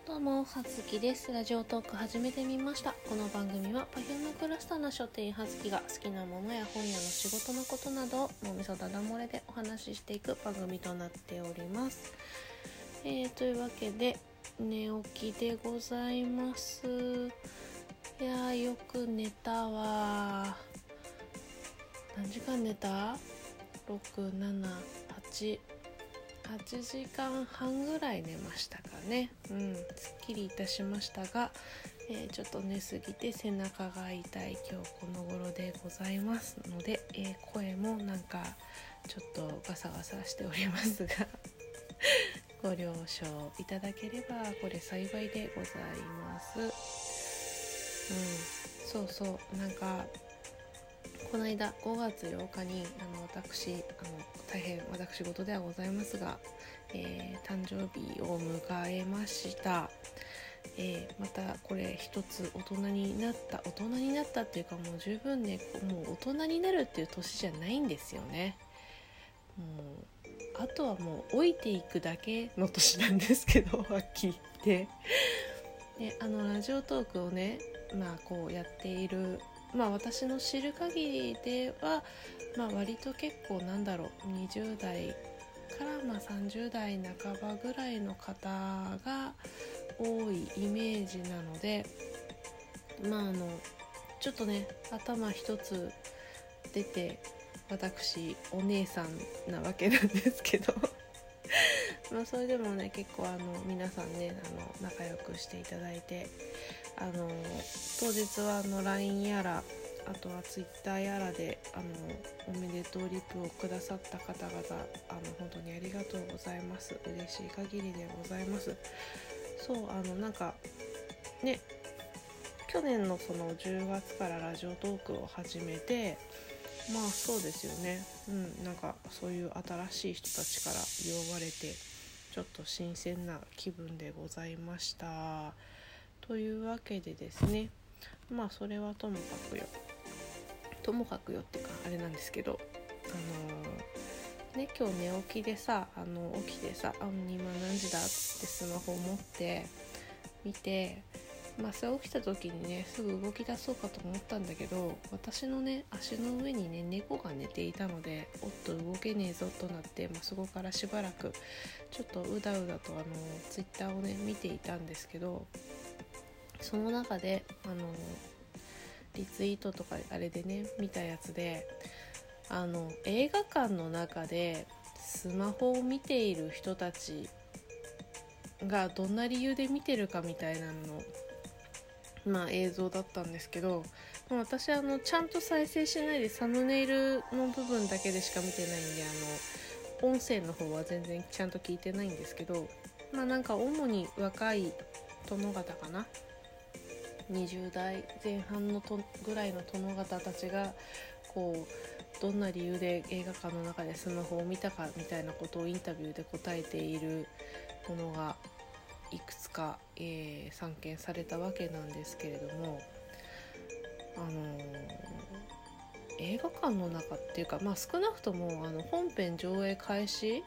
どうも、はずきです。ラジオトーク始めてみました。この番組は Perfume クラスターの書店はずきが好きなものや本屋の仕事のことなどを脳みそだだ漏れでお話ししていく番組となっております。というわけで寝起きでございます。いやー、よく寝たわ。何時間寝た ?6、7、8時間半ぐらい寝ましたかね。すっきりいたしましたが、ちょっと寝すぎて背中が痛い今日この頃でございますので、声もなんかちょっとガサガサしておりますがご了承いただければこれ幸いでございます。なんかこの間5月8日に私大変私事ではございますが、誕生日を迎えました。またこれ一つ大人になったっていうか、もう十分ね、もう大人になるっていう年じゃないんですよね。もうあとはもう老いていくだけの年なんですけどはっきり言ってで、ラジオトークをねこうやっている私の知る限りでは、割と結構20代から30代半ばぐらいの方が多いイメージなので、ちょっとね頭一つ出て私お姉さんなわけなんですけどそれでもね結構皆さんね仲良くしていただいて、当日はLINE やらあとは Twitter やらでおめでとうリプをくださった方々本当にありがとうございます。嬉しい限りでございます。去年のその10月からラジオトークを始めてそうですよね、そういう新しい人たちから呼ばれてちょっと新鮮な気分でございましたというわけでですね、それはともかくよっていうかあれなんですけど、今日寝起きでさ起きてさ今何時だっつってスマホを持って見て、それ起きた時にねすぐ動き出そうかと思ったんだけど、私のね足の上にね猫が寝ていたのでおっと動けねえぞとなって、そこからしばらくちょっとうだうだとツイッターをね見ていたんですけど、その中でリツイートとかあれでね見たやつで映画館の中でスマホを見ている人たちがどんな理由で見てるかみたいなの映像だったんですけど、私ちゃんと再生しないでサムネイルの部分だけでしか見てないんで音声の方は全然ちゃんと聞いてないんですけど、主に若い殿方かな、20代前半のぐらいの殿方たちがこうどんな理由で映画館の中でスマホを見たかみたいなことをインタビューで答えているものがいくつか、散見されたわけなんですけれども、映画館の中っていうか、少なくとも本編上映開始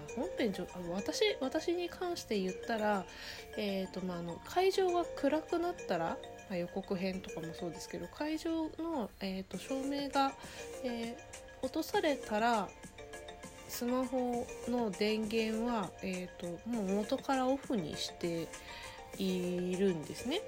私に関して言ったら、会場が暗くなったら、予告編とかもそうですけど、会場の、照明が、落とされたらスマホの電源は、もう元からオフにしているんですね。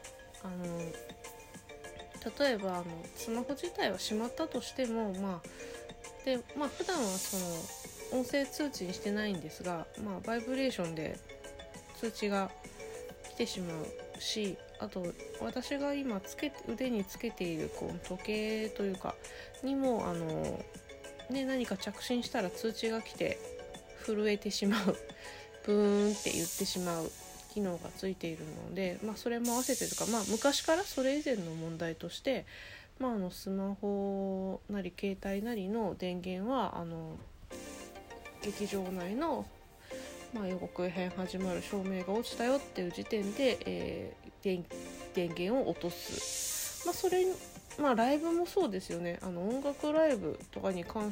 例えばスマホ自体はしまったとしても普段はその音声通知にしてないんですが、バイブレーションで通知が来てしまうし、あと私が今腕につけている時計というかにも何か着信したら通知が来て震えてしまうブーンって言ってしまう機能がついているので、それも合わせてとか、昔からそれ以前の問題として、スマホなり携帯なりの電源は劇場内の、予告編始まる照明が落ちたよっていう時点で、電源を落とす。それライブもそうですよね。音楽ライブとかに関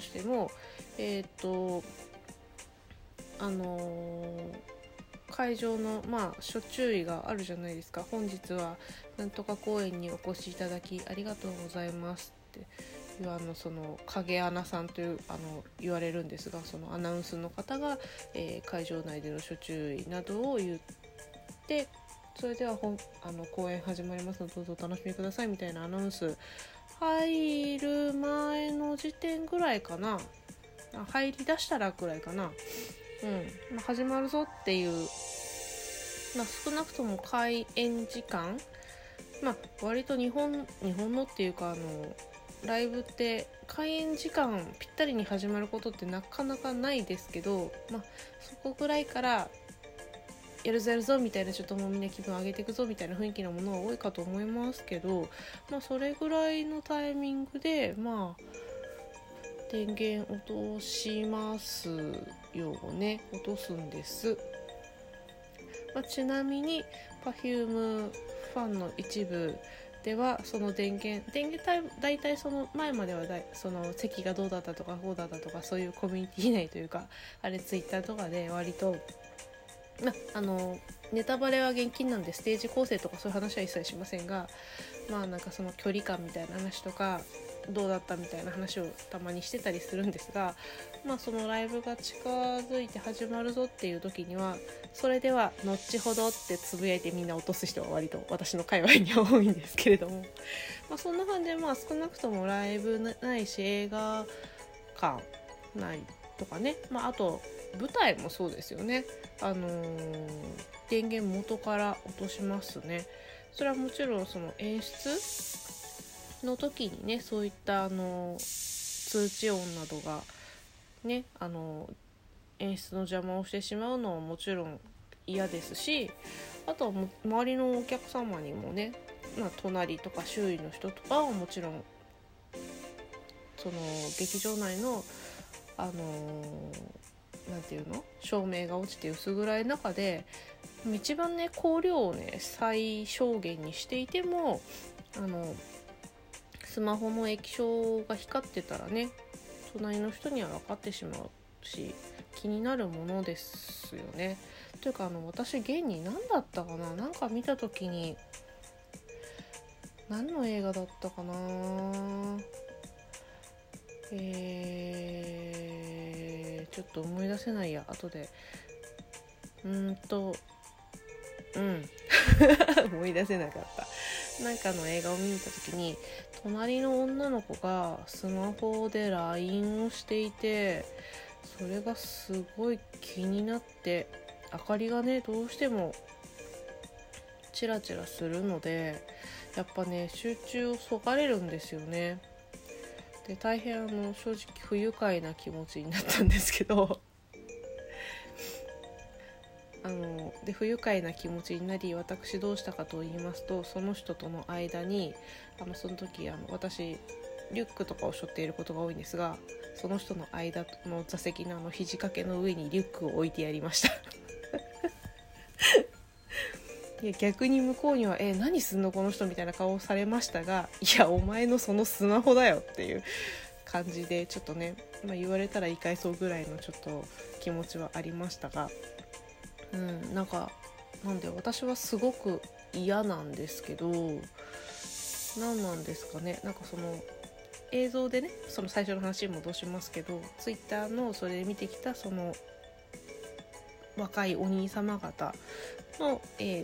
会場の諸注意があるじゃないですか。本日はなんとか公演にお越しいただきありがとうございますっていうその影アナさんという言われるんですが、そのアナウンスの方が、会場内での諸注意などを言って、それでは公演始まりますのでどうぞお楽しみくださいみたいなアナウンス入る前の時点ぐらいかな、入り出したらくらいかな、始まるぞっていう、少なくとも開演時間、割と日本のっていうかライブって開演時間ぴったりに始まることってなかなかないですけど、そこぐらいからやるぞやるぞみたいな、ちょっともうみんな気分上げていくぞみたいな雰囲気のものが多いかと思いますけど、それぐらいのタイミングで電源落としますよね。落とすんです。ちなみに Perfume ファンの一部ではその電源だいたいその前まではその席がどうだったとかこうだったとか、そういうコミュニティ内というかツイッターとかで割とネタバレは厳禁なんでステージ構成とかそういう話は一切しませんが、その距離感みたいな話とかどうだったみたいな話をたまにしてたりするんですが、そのライブが近づいて始まるぞっていう時には、それでは後ほどってつぶやいてみんな落とす人は割と私の界隈には多いんですけれども、そんな感じで少なくともライブないし映画館ないとかね、あと舞台もそうですよね。電源元から落としますね。それはもちろんその演出の時にね、そういった通知音などがね、演出の邪魔をしてしまうのはもちろん嫌ですし、あとは周りのお客様にもね、隣とか周囲の人とかはもちろんその劇場内のなんていうの、照明が落ちて薄暗い中で一番ね光量をね最小限にしていてもスマホの液晶が光ってたらね、隣の人には分かってしまうし気になるものですよね。というか私現に何だったかな、なんか見た時に何の映画だったかな、ちょっと思い出せないや、後で思い出せなかった。なんかの映画を見に行った時に隣の女の子がスマホで LINE をしていて、それがすごい気になって、明かりがねどうしてもチラチラするのでやっぱね集中をそがれるんですよね。で大変正直不愉快な気持ちになったんですけどで不愉快な気持ちになり、私どうしたかと言いますと、その人との間にその時私リュックとかを背負っていることが多いんですが、その人の間の座席の肘掛けの上にリュックを置いてやりましたいや逆に向こうには何すんのこの人みたいな顔をされましたが、いやお前のそのスマホだよっていう感じでちょっとね、言われたら言い返そうぐらいのちょっと気持ちはありましたが、なんで私はすごく嫌なんですけど、何なんですかね、その映像でね、その最初の話に戻しますけど、ツイッターのそれで見てきたその若いお兄様方の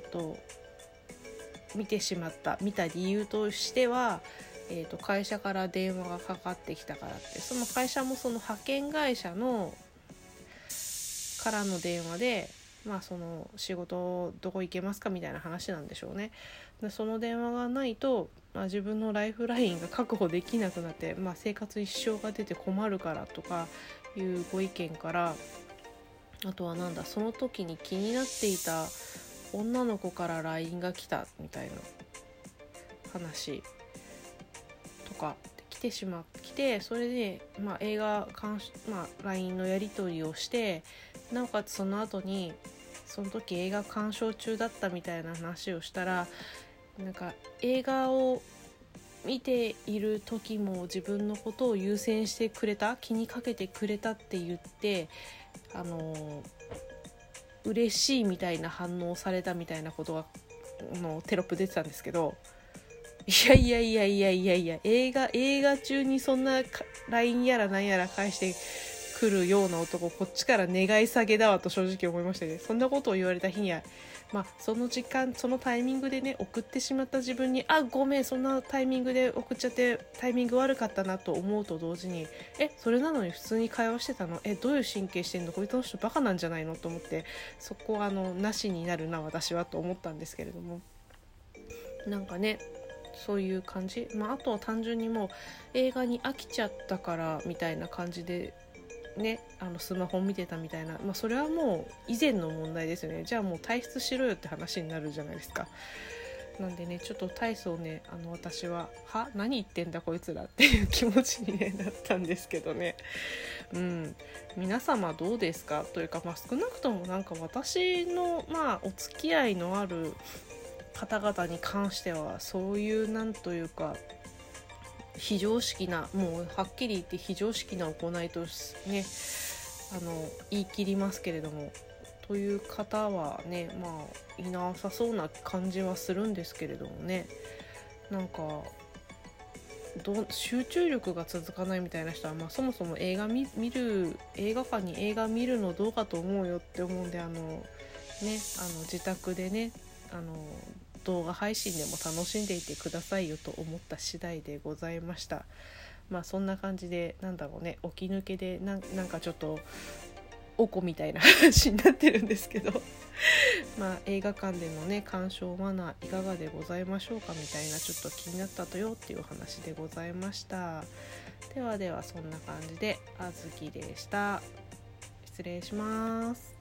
見た理由としては、会社から電話がかかってきたからって、その会社もその派遣会社のからの電話で、その仕事どこ行けますかみたいな話なんでしょうね。でその電話がないと、自分のライフラインが確保できなくなって、生活一生が出て困るからとかいうご意見から、あとはその時に気になっていた女の子から LINE が来たみたいな話とか来て、それで映画LINE のやり取りをして、なおかつその後にその時映画鑑賞中だったみたいな話をしたら、映画を見ている時も自分のことを優先してくれた、気にかけてくれたって言って嬉しいみたいな反応をされたみたいなことがテロップ出てたんですけど、いや映画中にそんな LINE やらなんやら返してくるような男、こっちから願い下げだわと正直思いましたね。そんなことを言われた日には、その時間そのタイミングでね送ってしまった自分に、ごめん、そんなタイミングで送っちゃってタイミング悪かったなと思うと同時に、それなのに普通に会話してたの、どういう神経してんの、こいつの人バカなんじゃないのと思って、そこはなしになるな私はと思ったんですけれども、なんかねそういう感じ。あとは単純にもう映画に飽きちゃったからみたいな感じでね、スマホ見てたみたいな、それはもう以前の問題ですよね。じゃあもう退出しろよって話になるじゃないですか。なんでねちょっと体操ね私は何言ってんだこいつらっていう気持ちに、なったんですけどね。皆様どうですかというか、少なくともなんか私のお付き合いのある方々に関してはそういうなんというか非常識な、もうはっきり言って非常識な行いとね言い切りますけれども、という方はねいなさそうな感じはするんですけれどもね、なんか集中力が続かないみたいな人は、そもそも映画館に映画見るのどうかと思うよって思うんで、自宅でね動画配信でも楽しんでいてくださいよと思った次第でございました。そんな感じで起き抜けでなんかちょっとおこみたいな話になってるんですけど映画館でのね鑑賞マナーいかがでございましょうかみたいな、ちょっと気になったとよっていうお話でございました。ではそんな感じであずきでした。失礼します。